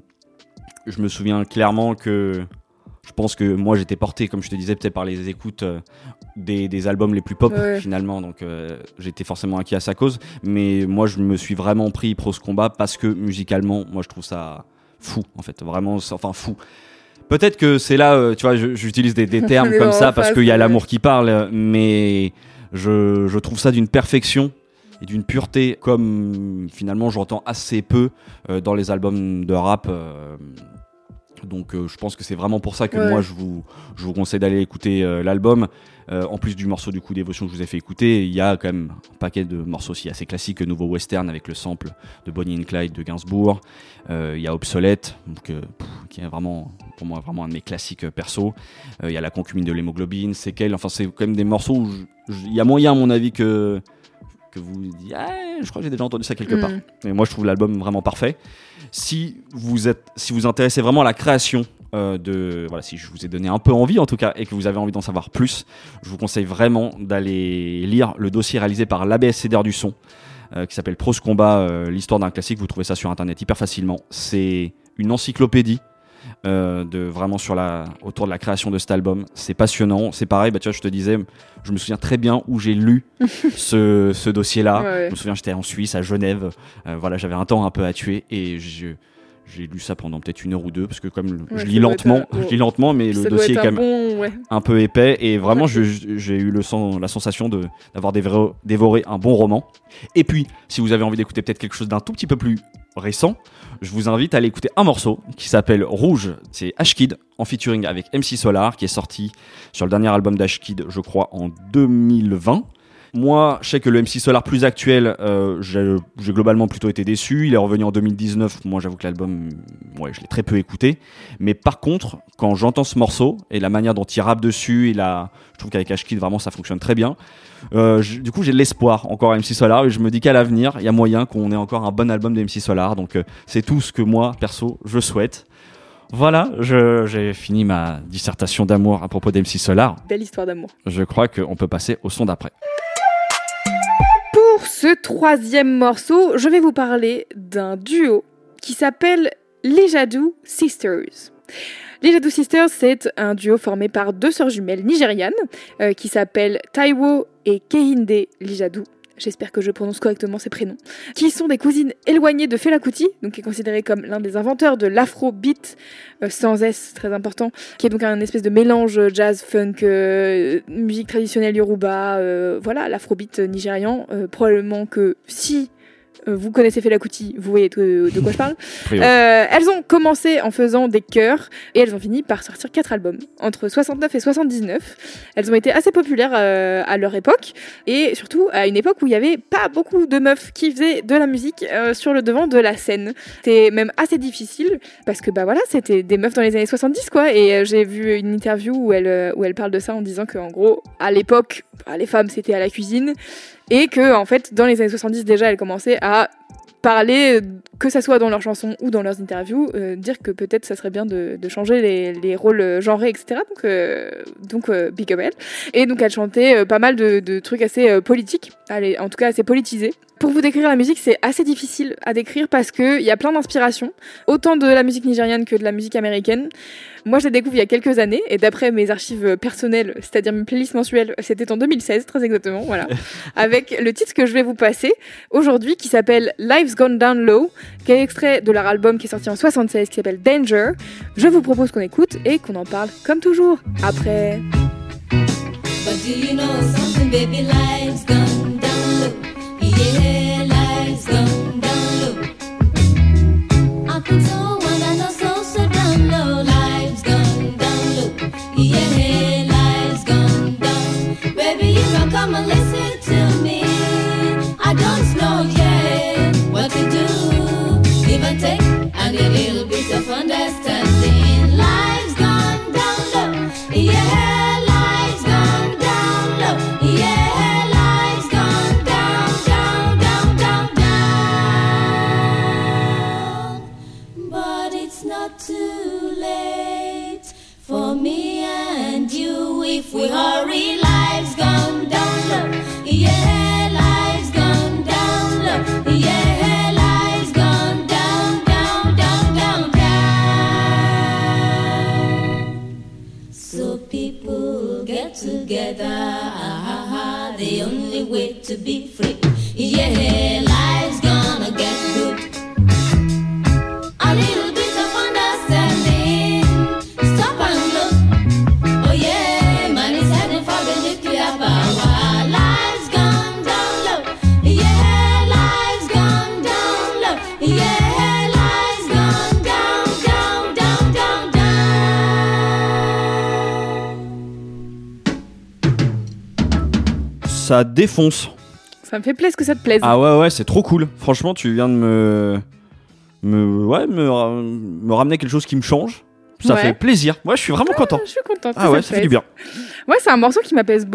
je me souviens clairement que je pense que moi, j'étais porté, comme je te disais, peut-être par les écoutes euh, des, des albums les plus pop ouais. finalement. Donc, euh, j'étais forcément acquis à sa cause. Mais moi, je me suis vraiment pris Prose Combat parce que musicalement, moi, je trouve ça fou, en fait, vraiment, enfin fou. Peut-être que c'est là, euh, tu vois, je, j'utilise des, des termes comme ça parce qu'il y a l'amour qui parle, mais je, je trouve ça d'une perfection et d'une pureté comme finalement j'entends assez peu euh, dans les albums de rap. Euh, donc euh, je pense que c'est vraiment pour ça que ouais. moi je vous, je vous conseille d'aller écouter euh, l'album. Euh, en plus du morceau du coup Dévotion que je vous ai fait écouter, il y a quand même un paquet de morceaux aussi assez classiques, Nouveau Western avec le sample de Bonnie and Clyde de Gainsbourg. Euh, il y a Obsolète, donc, euh, pff, qui est vraiment pour moi vraiment un de mes classiques euh, perso. Euh, il y a La Concubine de l'hémoglobine, Séquelles, enfin c'est quand même des morceaux où il y a moyen à mon avis que que vous dites ah, je crois que j'ai déjà entendu ça quelque mmh. part. Et moi je trouve l'album vraiment parfait. Si vous êtes si vous intéressez vraiment à la création euh, de, voilà, si je vous ai donné un peu envie en tout cas et que vous avez envie d'en savoir plus, je vous conseille vraiment d'aller lire le dossier réalisé par l'A B S C D R du son euh, qui s'appelle Prose Combat, euh, l'histoire d'un classique. Vous trouvez ça sur internet hyper facilement. C'est une encyclopédie euh, de vraiment sur la autour de la création de cet album. C'est passionnant. C'est pareil, bah tu vois, je te disais, je me souviens très bien où j'ai lu ce, ce dossier-là. Ouais, ouais. Je me souviens, j'étais en Suisse, à Genève. Euh, voilà, j'avais un temps un peu à tuer et je J'ai lu ça pendant peut-être une heure ou deux parce que comme ouais, je lis lentement, un... je lis lentement, mais ça le dossier est quand même bon, ouais. un peu épais et vraiment ouais. je, j'ai eu le sens, la sensation de d'avoir dévoré, dévoré un bon roman. Et puis, si vous avez envie d'écouter peut-être quelque chose d'un tout petit peu plus récent, je vous invite à aller écouter un morceau qui s'appelle Rouge. C'est Ashkid en featuring avec M C Solar qui est sorti sur le dernier album d'Ashkid, je crois en deux mille vingt. Moi, je sais que le M C Solar plus actuel, euh, j'ai, j'ai globalement plutôt été déçu. Il est revenu en deux mille dix-neuf. Moi, j'avoue que l'album, ouais, je l'ai très peu écouté. Mais par contre, quand j'entends ce morceau et la manière dont il rappe dessus, il a, je trouve qu'avec Ashkid, vraiment, ça fonctionne très bien. Euh, je, du coup, j'ai de l'espoir encore à M C Solar et je me dis qu'à l'avenir, il y a moyen qu'on ait encore un bon album de M C Solar. Donc, euh, c'est tout ce que moi, perso, je souhaite. Voilà, je, j'ai fini ma dissertation d'amour à propos d'M C Solar. Belle histoire d'amour. Je crois qu'on peut passer au son d'après. Pour ce troisième morceau, je vais vous parler d'un duo qui s'appelle les Jadoo Sisters. Les Jadoo Sisters, c'est un duo formé par deux sœurs jumelles nigérianes euh, qui s'appellent Taiwo et Kehinde Lijadoo. J'espère que je prononce correctement ces prénoms, qui sont des cousines éloignées de Fela Kuti, donc qui est considéré comme l'un des inventeurs de l'afrobeat, euh, sans S, très important, qui est donc un espèce de mélange jazz, funk, euh, musique traditionnelle yoruba, euh, voilà, l'afrobeat nigérian. Euh, probablement que si vous connaissez Fela Kuti, vous voyez de, de quoi je parle. Euh, elles ont commencé en faisant des chœurs et elles ont fini par sortir quatre albums entre soixante-neuf et soixante-dix-neuf. Elles ont été assez populaires euh, à leur époque et surtout à une époque où il y avait pas beaucoup de meufs qui faisaient de la musique euh, sur le devant de la scène. C'était même assez difficile parce que bah voilà, c'était des meufs dans les années soixante-dix quoi. Et euh, j'ai vu une interview où elle où elle parle de ça en disant que en gros à l'époque bah, les femmes c'était à la cuisine. Et que, en fait, dans les années soixante-dix, déjà, elles commençaient à parler, que ça soit dans leurs chansons ou dans leurs interviews, euh, dire que peut-être ça serait bien de, de changer les, les rôles genrés, et cetera. Donc, euh, donc euh, big up elle. Et donc, elle chantait euh, pas mal de, de trucs assez euh, politiques, allez, en tout cas assez politisés. Pour vous décrire la musique, c'est assez difficile à décrire parce qu'il y a plein d'inspirations, autant de la musique nigériane que de la musique américaine. Moi, je l'ai découvert il y a quelques années, et d'après mes archives personnelles, c'est-à-dire mes playlists mensuelles, c'était en deux mille seize, très exactement, voilà, avec le titre que je vais vous passer aujourd'hui, qui s'appelle Life's Gone Down Low, qui est extrait de leur album qui est sorti en soixante-seize, qui s'appelle Danger. Je vous propose qu'on écoute et qu'on en parle, comme toujours, après. But do you know something, baby, life's gone down low. Yeah, life's gone down low. I think so, and I know so, so down low. Life's gone down low. Yeah, life's gone down. Baby, you can come and listen to me. I don't know yet what to do. Give and take, and a little bit of understanding. Life's gone down low. Yeah, life's gone down low. Yeah. Too late for me and you if we hurry. Life's gone down low. Yeah, life's gone down low. Yeah, life's gone down, down, down, down, down. So people get together. Ah, ah, ah, the only way to be free. Yeah, life's gonna get good. A little bit. Stop and look. Oh yeah, man is heading for the nuclear power. Life's gone down low. Yeah, life's gone down low. Yeah, life's gone down, down, down, down, down. Ça défonce. Ça me fait plaisir que ça te plaise. Ah ouais, ouais, c'est trop cool. Franchement, tu viens de me, me, ouais, me, me ramener quelque chose qui me change. Ça ouais. fait plaisir. Moi, je suis vraiment content. Ah, je suis contente. Ah ouais, ça, ça fait du bien. Ouais, c'est un morceau qui m'apaise beaucoup.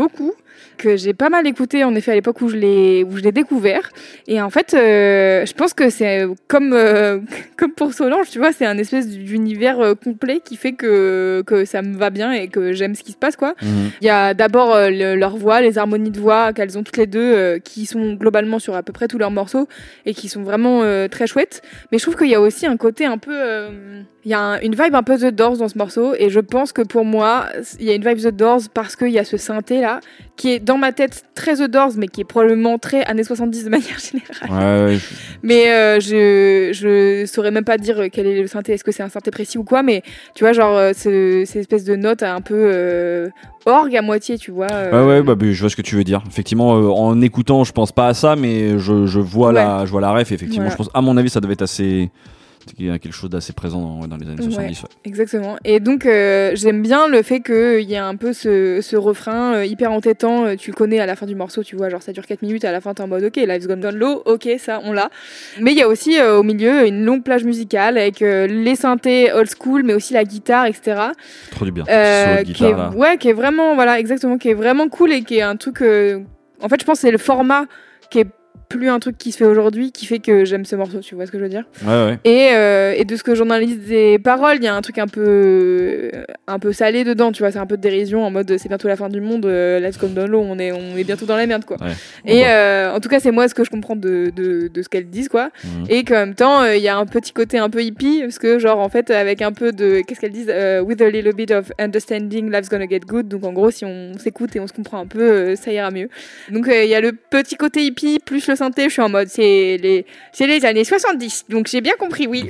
que j'ai pas mal écouté en effet à l'époque où je l'ai où je l'ai découvert. Et en fait, euh, je pense que c'est comme euh, comme pour Solange, tu vois, c'est un espèce d'univers euh, complet qui fait que que ça me va bien et que j'aime ce qui se passe, quoi. Il mmh. y a d'abord euh, le, leur voix, les harmonies de voix qu'elles ont toutes les deux, euh, qui sont globalement sur à peu près tous leurs morceaux et qui sont vraiment euh, très chouettes. Mais je trouve qu'il y a aussi un côté un peu, euh, il y a un, une vibe un peu The Doors dans ce morceau, et je pense que pour moi, il y a une vibe The Doors parce qu'il y a ce synthé là qui est dans ma tête très The Doors, mais qui est probablement très années soixante-dix de manière générale. Ouais, ouais. Mais euh, je je saurais même pas dire quel est le synthé, est-ce que c'est un synthé précis ou quoi, mais tu vois, genre ce, cette espèce de note un peu euh, orgue à moitié, tu vois. Euh... Ouais, ouais, bah, bah, je vois ce que tu veux dire. Effectivement, euh, en écoutant, je pense pas à ça, mais je je vois ouais. la je vois la ref. Effectivement, voilà. Je pense, à mon avis, ça devait être assez. Il y a quelque chose d'assez présent dans, dans les années soixante-dix. Ouais, ouais. Exactement. Et donc, euh, j'aime bien le fait qu'il y a un peu ce, ce refrain euh, hyper entêtant. Euh, tu le connais à la fin du morceau, tu vois, genre ça dure quatre minutes. Et à la fin, t'es en mode OK, Life's Gone Down Low, OK, ça, on l'a. Mais il y a aussi euh, au milieu une longue plage musicale avec euh, les synthés old school, mais aussi la guitare, et cetera. Trop du bien. Euh, qui qui est, là. Ouais, qui est vraiment, voilà, exactement, qui est vraiment cool et qui est un truc. Euh, en fait, je pense que c'est le format qui est plus un truc qui se fait aujourd'hui qui fait que j'aime ce morceau, tu vois ce que je veux dire. Ouais, ouais. Et, euh, et de ce que j'en analyse des paroles, il y a un truc un peu un peu salé dedans, tu vois, c'est un peu de dérision en mode c'est bientôt la fin du monde, euh, let's go down low, on est on est bientôt dans la merde, quoi. Ouais. Et euh, en tout cas c'est moi ce que je comprends de de, de ce qu'elles disent, quoi. Mmh. Et qu'en même temps il euh, y a un petit côté un peu hippie parce que genre en fait avec un peu de qu'est-ce qu'elles disent euh, with a little bit of understanding life's gonna get good, donc en gros si on s'écoute et on se comprend un peu euh, ça ira mieux. Donc il euh, y a le petit côté hippie plus le synthé, je suis en mode c'est les c'est les années soixante-dix, donc j'ai bien compris, oui.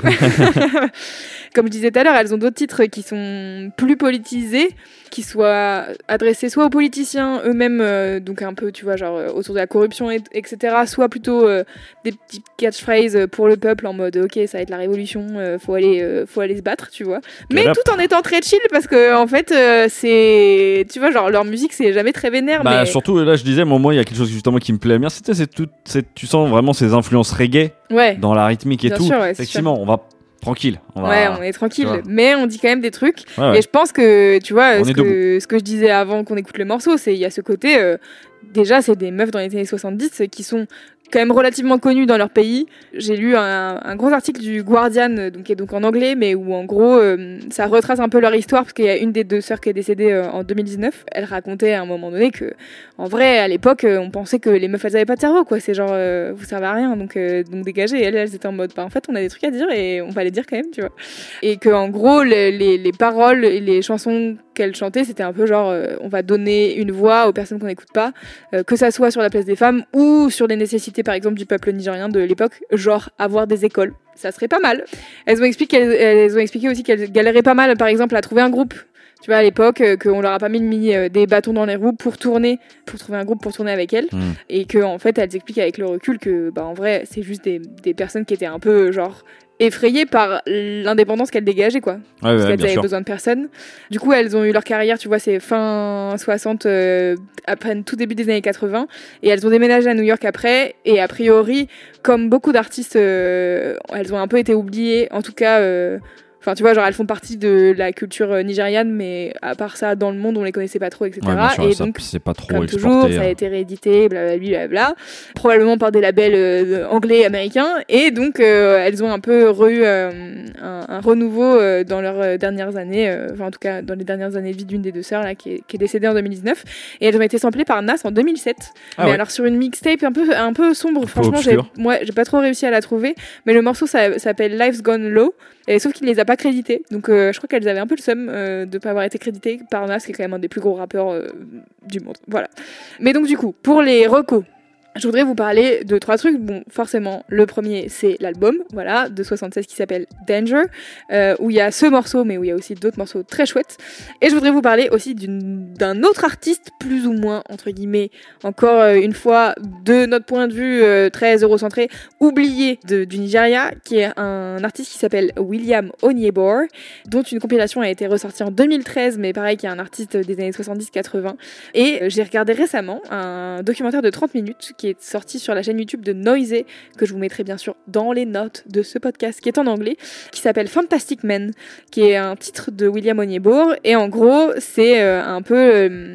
Comme je disais tout à l'heure, elles ont d'autres titres qui sont plus politisés, qui soient adressés soit aux politiciens eux-mêmes, euh, donc un peu, tu vois, genre euh, autour de la corruption, et, etc., soit plutôt euh, des petites catchphrases pour le peuple en mode ok, ça va être la révolution, euh, faut aller, euh, faut aller se battre, tu vois. Mais Get tout up. En étant très chill parce que en fait, euh, c'est, tu vois, genre leur musique c'est jamais très vénère. Bah mais... surtout là, je disais, moi, il y a quelque chose justement qui me plaît bien, c'était c'est tout, c'est, tu sens vraiment ces influences reggae ouais. dans la rythmique et bien tout. Sûr, ouais, effectivement, on va tranquille. On va... Ouais, on est tranquille, mais on dit quand même des trucs. Ouais, ouais. Et je pense que, tu vois, ce que, ce que je disais avant qu'on écoute le morceau, c'est il y a ce côté, euh, déjà, c'est des meufs dans les années soixante-dix qui sont quand même relativement connues dans leur pays. J'ai lu un, un gros article du Guardian, donc, qui est donc en anglais, mais où en gros, euh, ça retrace un peu leur histoire, parce qu'il y a une des deux sœurs qui est décédée euh, en deux mille dix-neuf. Elle racontait à un moment donné que, en vrai, à l'époque, euh, on pensait que les meufs, elles avaient pas de cerveau, quoi. C'est genre, euh, vous servez à rien, donc, euh, donc dégagez. Et elles, elles étaient en mode, bah, en fait, on a des trucs à dire et on va les dire quand même, tu vois. Et que, en gros, les, les, les paroles et les chansons qu'elle chantait, c'était un peu genre euh, on va donner une voix aux personnes qu'on n'écoute pas, euh, que ça soit sur la place des femmes ou sur les nécessités par exemple du peuple nigérien de l'époque, genre avoir des écoles, ça serait pas mal. Elles ont expliqué, elles, elles ont expliqué aussi qu'elles galéraient pas mal par exemple à trouver un groupe, tu vois, à l'époque, euh, qu'on leur a pas mis, mis euh, des bâtons dans les roues pour tourner, pour trouver un groupe pour tourner avec elles, mmh. et que en fait elles expliquent avec le recul que bah en vrai c'est juste des, des personnes qui étaient un peu genre effrayées par l'indépendance qu'elles dégageaient, quoi. Ouais, parce ouais, qu'elles avaient sûr. besoin de personne. Du coup, elles ont eu leur carrière, tu vois, c'est fin soixante, euh, après tout début des années quatre-vingts, et elles ont déménagé à New York après, et a priori, comme beaucoup d'artistes, euh, elles ont un peu été oubliées, en tout cas... Euh, Enfin, tu vois, genre, elles font partie de la culture nigériane, mais à part ça, dans le monde, on les connaissait pas trop, et cetera. Ouais, bien sûr, et ça, donc, c'est pas trop comme exporté, toujours, hein. ça a été réédité, blablabla, bla, probablement par des labels euh, anglais, américains, et donc, euh, elles ont un peu eu euh, un, un renouveau euh, dans leurs dernières années, euh, enfin, en tout cas, dans les dernières années de vie d'une des deux sœurs, là, qui est, qui est décédée en deux mille dix-neuf, et elles ont été samplées par Nas en deux mille sept. Ah, mais ouais. Alors, sur une mixtape un peu, un peu sombre, un franchement, peu j'ai, ouais, j'ai pas trop réussi à la trouver, mais le morceau, ça, ça s'appelle Life's Gone Low, et sauf qu'il les a pas crédités, donc euh, je crois qu'elles avaient un peu le seum euh, de pas avoir été créditées par Nas, qui est quand même un des plus gros rappeurs euh, du monde. Voilà. Mais donc du coup, pour les recos, je voudrais vous parler de trois trucs. Bon, forcément, le premier, c'est l'album, voilà, de soixante-seize qui s'appelle Danger, euh, où il y a ce morceau, mais où il y a aussi d'autres morceaux très chouettes. Et je voudrais vous parler aussi d'une, d'un autre artiste, plus ou moins, entre guillemets, encore euh, une fois, de notre point de vue euh, très eurocentré, oublié de, du Nigeria, qui est un artiste qui s'appelle William Onyebor, dont une compilation a été ressortie en deux mille treize, mais pareil, qui est un artiste des années soixante-dix quatre-vingts. Et euh, j'ai regardé récemment un documentaire de trente minutes, qui est sorti sur la chaîne YouTube de Noisey, que je vous mettrai bien sûr dans les notes de ce podcast, qui est en anglais, qui s'appelle Fantastic Men, qui est un titre de William Onyebor, et en gros, c'est euh, un peu... Euh,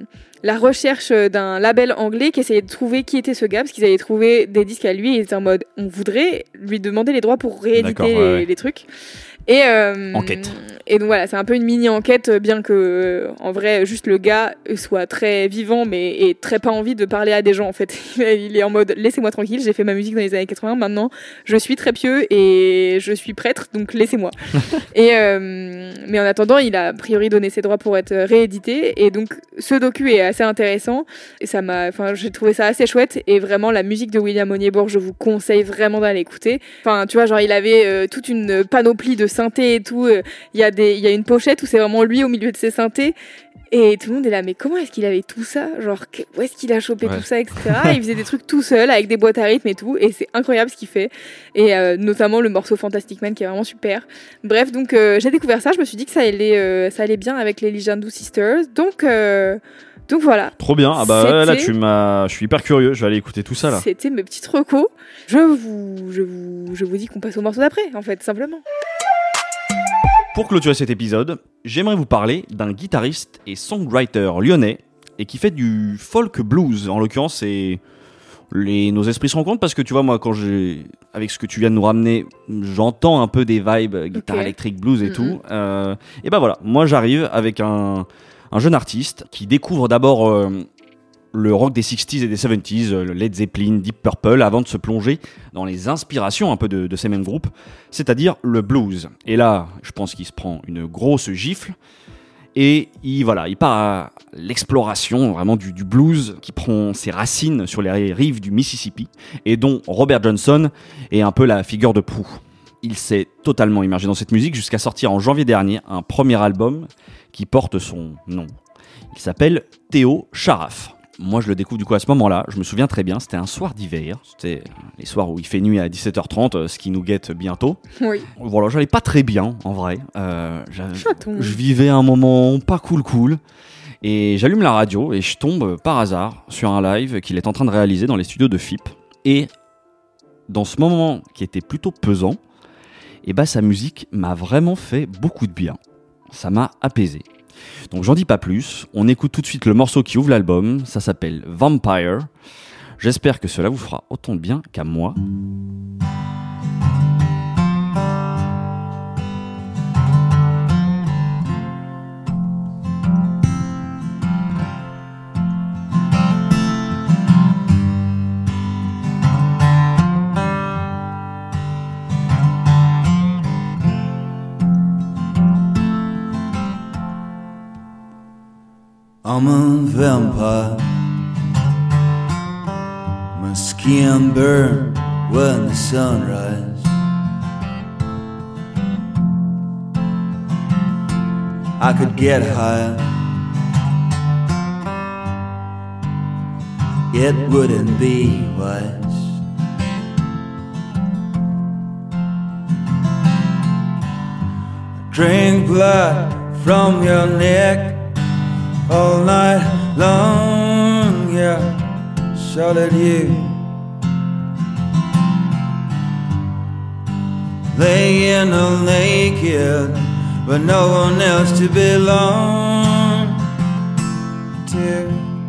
la recherche d'un label anglais qui essayait de trouver qui était ce gars, parce qu'ils avaient trouvé des disques à lui et ils étaient en mode on voudrait lui demander les droits pour rééditer ouais, les, ouais. les trucs. Et, euh, enquête. Et donc voilà, c'est un peu une mini-enquête, bien que, euh, en vrai, juste le gars soit très vivant, mais ait très pas envie de parler à des gens, en fait. Il est en mode, laissez-moi tranquille, j'ai fait ma musique dans les années quatre-vingts, maintenant, je suis très pieux et je suis prêtre, donc laissez-moi. et, euh, mais en attendant, il a a priori donné ses droits pour être réédité, et donc, ce docu est assez intéressant, et ça m'a, enfin, j'ai trouvé ça assez chouette, et vraiment, la musique de William Onyeabor, je vous conseille vraiment d'aller écouter. Enfin, tu vois, genre, il avait euh, toute une panoplie de synthé et tout. Il y a des, il y a une pochette où c'est vraiment lui au milieu de ses synthés. Et tout le monde est là, mais comment est-ce qu'il avait tout ça? Genre, où est-ce qu'il a chopé ouais. tout ça, et cetera. Et il faisait des trucs tout seul, avec des boîtes à rythme et tout. Et c'est incroyable ce qu'il fait. Et euh, notamment le morceau Fantastic Man qui est vraiment super. Bref, donc euh, j'ai découvert ça. Je me suis dit que ça allait, euh, ça allait bien avec les Lijandu Sisters. Donc... Euh, Donc voilà. Trop bien. Ah bah C'était... là tu m'as, je suis hyper curieux. Je vais aller écouter tout ça là. C'était mes petites recos. Je vous, je vous, je vous dis qu'on passe au morceau d'après, en fait, simplement. Pour clôturer cet épisode, j'aimerais vous parler d'un guitariste et songwriter lyonnais et qui fait du folk blues. En l'occurrence, c'est les nos esprits se rencontrent parce que tu vois moi quand j'ai avec ce que tu viens de nous ramener, j'entends un peu des vibes guitare okay. électrique blues et mm-hmm. tout. Euh, et ben voilà, moi j'arrive avec un Un jeune artiste qui découvre d'abord euh, le rock des sixties et des seventies, euh, Led Zeppelin, Deep Purple, avant de se plonger dans les inspirations un peu de, de ces mêmes groupes, c'est-à-dire le blues. Et là, je pense qu'il se prend une grosse gifle et il, voilà, il part à l'exploration vraiment du, du blues qui prend ses racines sur les rives du Mississippi et dont Robert Johnson est un peu la figure de proue. Il s'est totalement immergé dans cette musique jusqu'à sortir en janvier dernier un premier album qui porte son nom. Il s'appelle Théo Charaf. Moi, je le découvre du coup à ce moment-là. Je me souviens très bien, c'était un soir d'hiver. C'était les soirs où il fait nuit à dix-sept heures trente, ce qui nous guette bientôt. Oui. Voilà, j'allais pas très bien, en vrai. Euh, je vivais un moment pas cool cool. Et j'allume la radio et je tombe par hasard sur un live qu'il est en train de réaliser dans les studios de F I P. Et dans ce moment qui était plutôt pesant, et bah sa musique m'a vraiment fait beaucoup de bien. Ça m'a apaisé. Donc j'en dis pas plus, on écoute tout de suite le morceau qui ouvre l'album, ça s'appelle Vampire. J'espère que cela vous fera autant de bien qu'à moi. I'm a vampire. My skin burns when the sun rises. I could get higher. It wouldn't be wise. Drink blood from your neck all night long, yeah, so that you laying all naked, but no one else to belong to.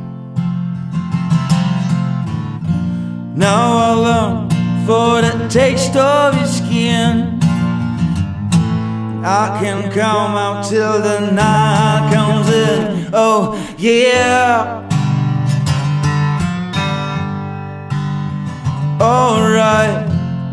Now I long for the taste of your skin. I can come out till the night comes in. Oh yeah. Alright.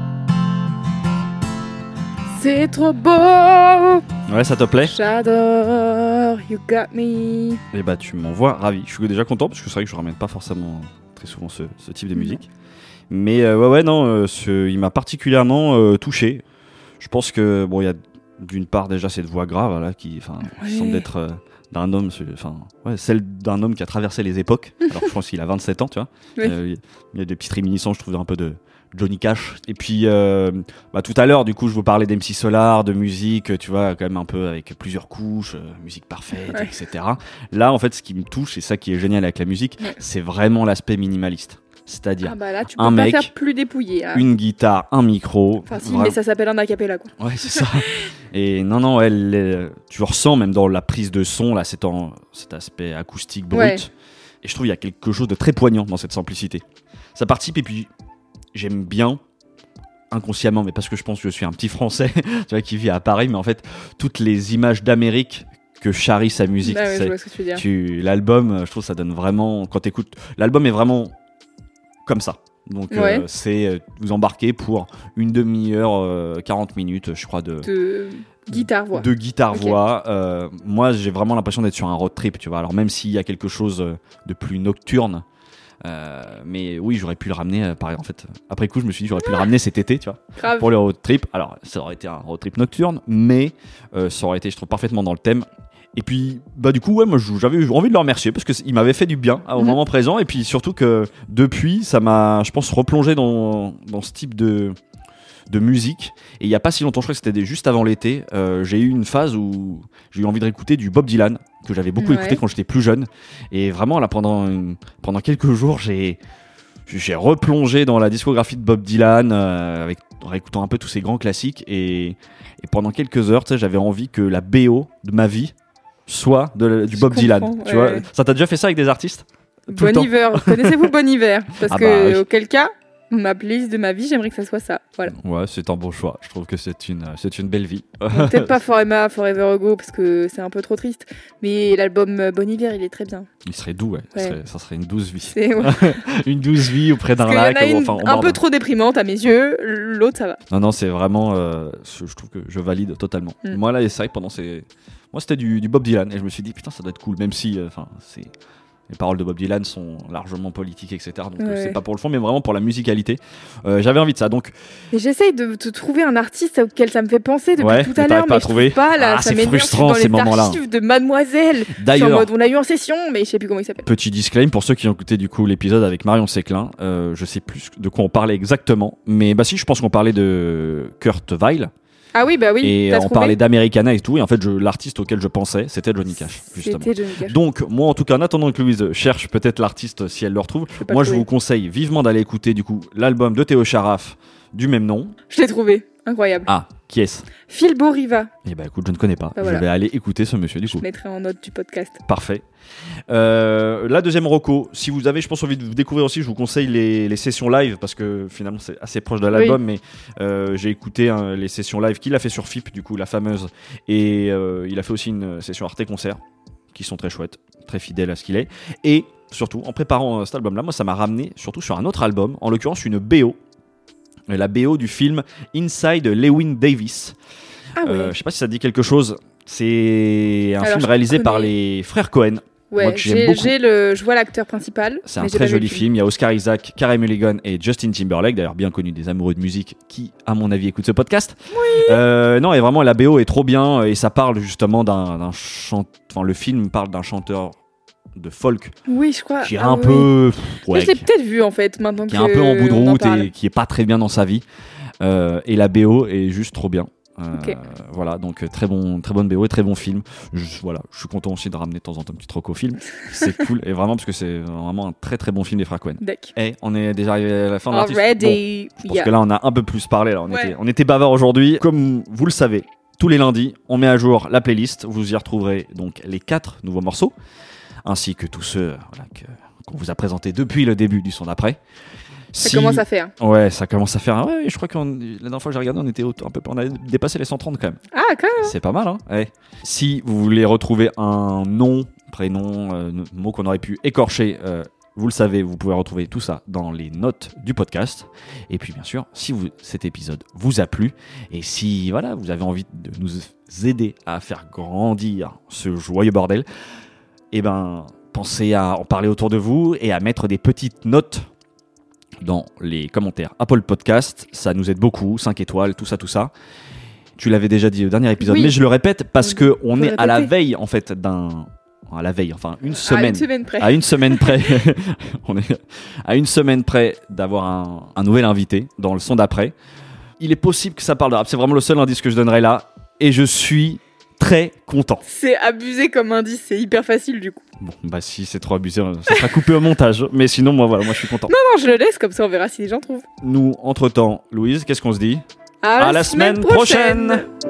C'est trop beau. Ouais, ça te plaît? J'adore. You got me. Et bah tu m'envoies ravi. Je suis déjà content parce que c'est vrai que je ramène pas forcément très souvent ce, ce type de musique. Mais euh, ouais ouais non, euh, ce, il m'a particulièrement euh, touché. Je pense que bon il y a d'une part déjà cette voix grave là qui enfin oui. semble être euh, d'un homme enfin ouais, celle d'un homme qui a traversé les époques. Alors je pense qu'il a vingt-sept ans, tu vois. Oui. Euh, il y a des petites réminiscences, je trouve, un peu de Johnny Cash. Et puis euh, bah, tout à l'heure du coup je vous parlais d'M C Solar, de musique, tu vois, quand même un peu avec plusieurs couches, euh, musique parfaite, ouais. et cetera. Là en fait ce qui me touche et ça qui est génial avec la musique, ouais. c'est vraiment l'aspect minimaliste. C'est-à-dire ah bah là, tu peux un pas mec, faire plus dépouillé, hein. une guitare, un micro. Enfin si, vraiment. Mais ça s'appelle un acapella quoi. Ouais, c'est ça. Et non, non, elle, elle, tu ressens même dans la prise de son là, c'est en, cet aspect acoustique brut. Ouais. Et je trouve qu'il y a quelque chose de très poignant dans cette simplicité. Ça participe et puis j'aime bien, inconsciemment, mais parce que je pense que je suis un petit Français tu vois, qui vit à Paris, mais en fait, toutes les images d'Amérique que charrie sa musique. Bah ouais, je vois ce que tu veux dire. Tu, l'album, je trouve ça donne vraiment... Quand t'écoutes, l'album est vraiment comme ça. Donc ouais. euh, c'est euh, vous embarquez pour une demi-heure, euh, quarante minutes, je crois, de... de... guitare-voix. De guitare-voix. Okay. Euh, moi, j'ai vraiment l'impression d'être sur un road trip, tu vois. Alors même s'il y a quelque chose de plus nocturne, euh, mais oui, j'aurais pu le ramener, euh, pareil, en fait. Après coup, je me suis dit, j'aurais pu le ramener cet été, tu vois, Grave. Pour le road trip. Alors, ça aurait été un road trip nocturne, mais euh, ça aurait été, je trouve, parfaitement dans le thème. Et puis, bah du coup, ouais, moi j'avais envie de le remercier parce qu'il m'avait fait du bien au mmh. moment présent. Et puis surtout que depuis, ça m'a, je pense, replongé dans, dans ce type de, de musique. Et il n'y a pas si longtemps, je crois que c'était juste avant l'été, euh, j'ai eu une phase où j'ai eu envie de réécouter du Bob Dylan, que j'avais beaucoup ouais. écouté quand j'étais plus jeune. Et vraiment, là, pendant, une, pendant quelques jours, j'ai, j'ai replongé dans la discographie de Bob Dylan, euh, avec, en réécoutant un peu tous ces grands classiques. Et, et pendant quelques heures, tu sais, j'avais envie que la B O de ma vie soit de, du Bob Dylan, ouais. tu vois. Ça t'a déjà fait ça avec des artistes? Bon Iver, connaissez-vous Bon Iver? Parce ah que bah, oui. auquel cas, ma playlist de ma vie, j'aimerais que ça soit ça. Voilà. Ouais, c'est un bon choix. Je trouve que c'est une, c'est une belle vie. Bon, peut-être pas For Emma, Forever Ago, parce que c'est un peu trop triste. Mais l'album Bon Iver, il est très bien. Il serait doux, ouais. ouais. Ça, serait, ça serait une douce vie. C'est, ouais. Une douce vie auprès d'un parce lac. Il y en a une enfin, un peu trop déprimante à mes yeux. L'autre, ça va. Non, non, c'est vraiment. Euh, je trouve que je valide totalement. Mm. Moi, là, c'est vrai que pendant ces. Moi, c'était du, du Bob Dylan et je me suis dit, putain, ça doit être cool, même si, enfin, euh, c'est. Les paroles de Bob Dylan sont largement politiques, et cetera. Donc, ouais. euh, c'est pas pour le fond, mais vraiment pour la musicalité. Euh, j'avais envie de ça. Donc... Et j'essaye de te trouver un artiste auquel ça me fait penser depuis ouais, tout à l'heure, mais je trouve pas. Là, ah, ça c'est m'énerve. frustrant dans ces les moments-là. archives de Mademoiselle. D'ailleurs, en mode, on a eu en session, mais je sais plus comment il s'appelle. Petit disclaimer pour ceux qui ont écouté du coup l'épisode avec Marion Séclin. Euh, je sais plus de quoi on parlait exactement, mais bah si, je pense qu'on parlait de Kurt Weill. Ah oui, bah oui. Et on trouvé parlait d'Americana et tout. Et en fait, je, l'artiste auquel je pensais, c'était Johnny Cash, justement. C'était Johnny Cash. Donc, moi, en tout cas, en attendant que Louise cherche peut-être l'artiste si elle le retrouve, je moi, je vous conseille vivement d'aller écouter du coup l'album de Théo Charaf du même nom. Je l'ai trouvé. Incroyable. Ah, qui est-ce? Phil Boriva. Eh ben, écoute, je ne connais pas. Bah, voilà. Je vais aller écouter ce monsieur du coup. Je mettrai en note du podcast. Parfait. Euh, la deuxième reco, si vous avez, je pense, envie de vous découvrir aussi, je vous conseille les, les sessions live parce que finalement c'est assez proche de l'album, oui. mais euh, j'ai écouté hein, les sessions live qu'il a fait sur F I P, du coup la fameuse, et euh, il a fait aussi une session Arte Concert qui sont très chouettes, très fidèles à ce qu'il est. Et surtout, en préparant euh, cet album-là, moi ça m'a ramené surtout sur un autre album, en l'occurrence une B O, la B O du film Inside Llewyn Davis. Ah ouais. euh, je sais pas si ça dit quelque chose. C'est un Alors, film réalisé connais... par les frères Cohen. Ouais, Moi, j'ai, j'ai le, je vois l'acteur principal. C'est un très joli film. film. Il y a Oscar Isaac, Carey Mulligan et Justin Timberlake, d'ailleurs bien connu des amoureux de musique qui, à mon avis, écoutent ce podcast. Oui. Euh, non, et vraiment la B O est trop bien et ça parle justement d'un, d'un chant. Enfin, le film parle d'un chanteur de folk. Oui, je crois. Qui est ah, un oui. peu. Ouais, je l'ai peut-être vu en fait maintenant. Qui que est un peu en bout de route et qui est pas très bien dans sa vie. Euh, et la B O est juste trop bien. Euh, okay. Voilà, donc très bon, très bonne B O et très bon film. Je, voilà, je suis content aussi de ramener de temps en temps un petit troc au film. C'est cool et vraiment parce que c'est vraiment un très très bon film des frères Cohen. Et on est déjà arrivé à la fin de l'artiste. Bon, je pense yeah. que là on a un peu plus parlé. Là. On, ouais. était, on était bavard aujourd'hui. Comme vous le savez, tous les lundis, on met à jour la playlist. Vous y retrouverez donc les quatre nouveaux morceaux, ainsi que tous ceux voilà, que, qu'on vous a présentés depuis le début du son d'après. Ça si... commence à faire. Ouais, ça commence à faire. Ouais, je crois que la dernière fois que j'ai regardé, on était un peu, on a dépassé les cent trente quand même. Ah, quand même. C'est pas mal, hein. Ouais. Si vous voulez retrouver un nom, prénom, euh, mot qu'on aurait pu écorcher, euh, vous le savez, vous pouvez retrouver tout ça dans les notes du podcast. Et puis, bien sûr, si vous, cet épisode vous a plu et si voilà, vous avez envie de nous aider à faire grandir ce joyeux bordel, eh ben, pensez à en parler autour de vous et à mettre des petites notes dans les commentaires Apple Podcast, ça nous aide beaucoup, cinq étoiles, tout ça, tout ça. Tu l'avais déjà dit au dernier épisode, oui. mais je le répète parce que on est à la veille en fait d'un, à la veille, enfin une semaine, à une semaine près, à une semaine près, on est à une semaine près d'avoir un, un nouvel invité dans le son d'après. Il est possible que ça parle de rap, c'est vraiment le seul indice que je donnerai là, et je suis très content. C'est abusé comme indice, c'est hyper facile du coup. Bon, bah si c'est trop abusé, ça sera coupé au montage. Mais sinon, moi voilà, moi je suis content. Non, non, je le laisse, comme ça on verra si les gens trouvent. Nous, entre-temps, Louise, qu'est-ce qu'on se dit ? À la, à la semaine, semaine prochaine, prochaine.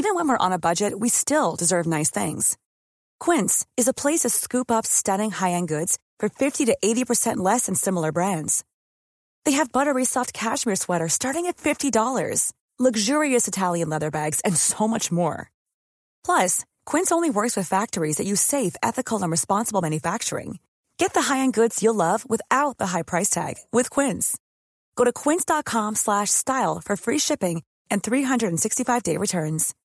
Even when we're on a budget, we still deserve nice things. Quince is a place to scoop up stunning high-end goods for fifty to eighty percent less than similar brands. They have buttery soft cashmere sweaters starting at fifty dollars, luxurious Italian leather bags, and so much more. Plus, Quince only works with factories that use safe, ethical, and responsible manufacturing. Get the high-end goods you'll love without the high price tag with Quince. Go to quince.com slash style for free shipping and three sixty-five day returns.